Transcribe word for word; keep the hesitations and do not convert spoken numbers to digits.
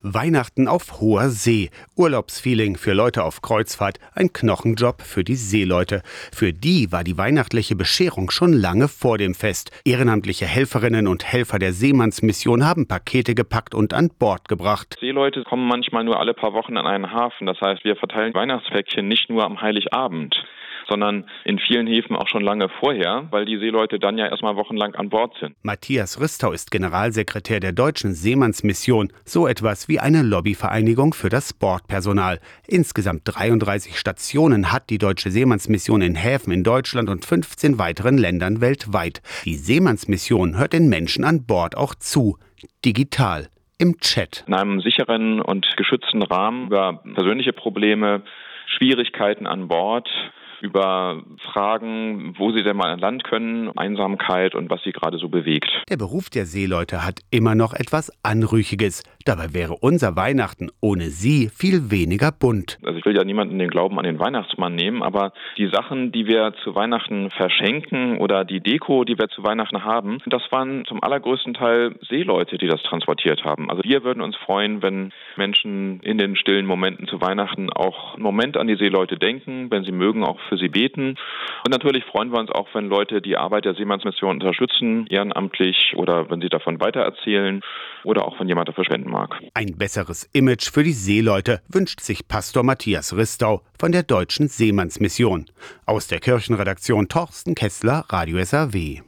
Weihnachten auf hoher See. Urlaubsfeeling für Leute auf Kreuzfahrt. Ein Knochenjob für die Seeleute. Für die war die weihnachtliche Bescherung schon lange vor dem Fest. Ehrenamtliche Helferinnen und Helfer der Seemannsmission haben Pakete gepackt und an Bord gebracht. Seeleute kommen manchmal nur alle paar Wochen an einen Hafen. Das heißt, wir verteilen Weihnachtspäckchen nicht nur am Heiligabend, sondern in vielen Häfen auch schon lange vorher, weil die Seeleute dann ja erstmal wochenlang an Bord sind. Matthias Ristau ist Generalsekretär der Deutschen Seemannsmission, so etwas wie eine Lobbyvereinigung für das Bordpersonal. Insgesamt dreiunddreißig Stationen hat die Deutsche Seemannsmission in Häfen in Deutschland und fünfzehn weiteren Ländern weltweit. Die Seemannsmission hört den Menschen an Bord auch zu, digital, im Chat. In einem sicheren und geschützten Rahmen über persönliche Probleme, Schwierigkeiten an Bord, über Fragen, wo sie denn mal an Land können, Einsamkeit und was sie gerade so bewegt. Der Beruf der Seeleute hat immer noch etwas Anrüchiges. Dabei wäre unser Weihnachten ohne sie viel weniger bunt. Also ich will ja niemanden den Glauben an den Weihnachtsmann nehmen, aber die Sachen, die wir zu Weihnachten verschenken oder die Deko, die wir zu Weihnachten haben, das waren zum allergrößten Teil Seeleute, die das transportiert haben. Also wir würden uns freuen, wenn Menschen in den stillen Momenten zu Weihnachten auch einen Moment an die Seeleute denken, wenn sie mögen, auch für sie beten. Und natürlich freuen wir uns auch, wenn Leute die Arbeit der Seemannsmission unterstützen, ehrenamtlich oder wenn sie davon weitererzählen oder auch wenn jemand dafür spenden mag. Ein besseres Image für die Seeleute wünscht sich Pastor Matthias Ristau von der Deutschen Seemannsmission. Aus der Kirchenredaktion Torsten Kessler, Radio S R W.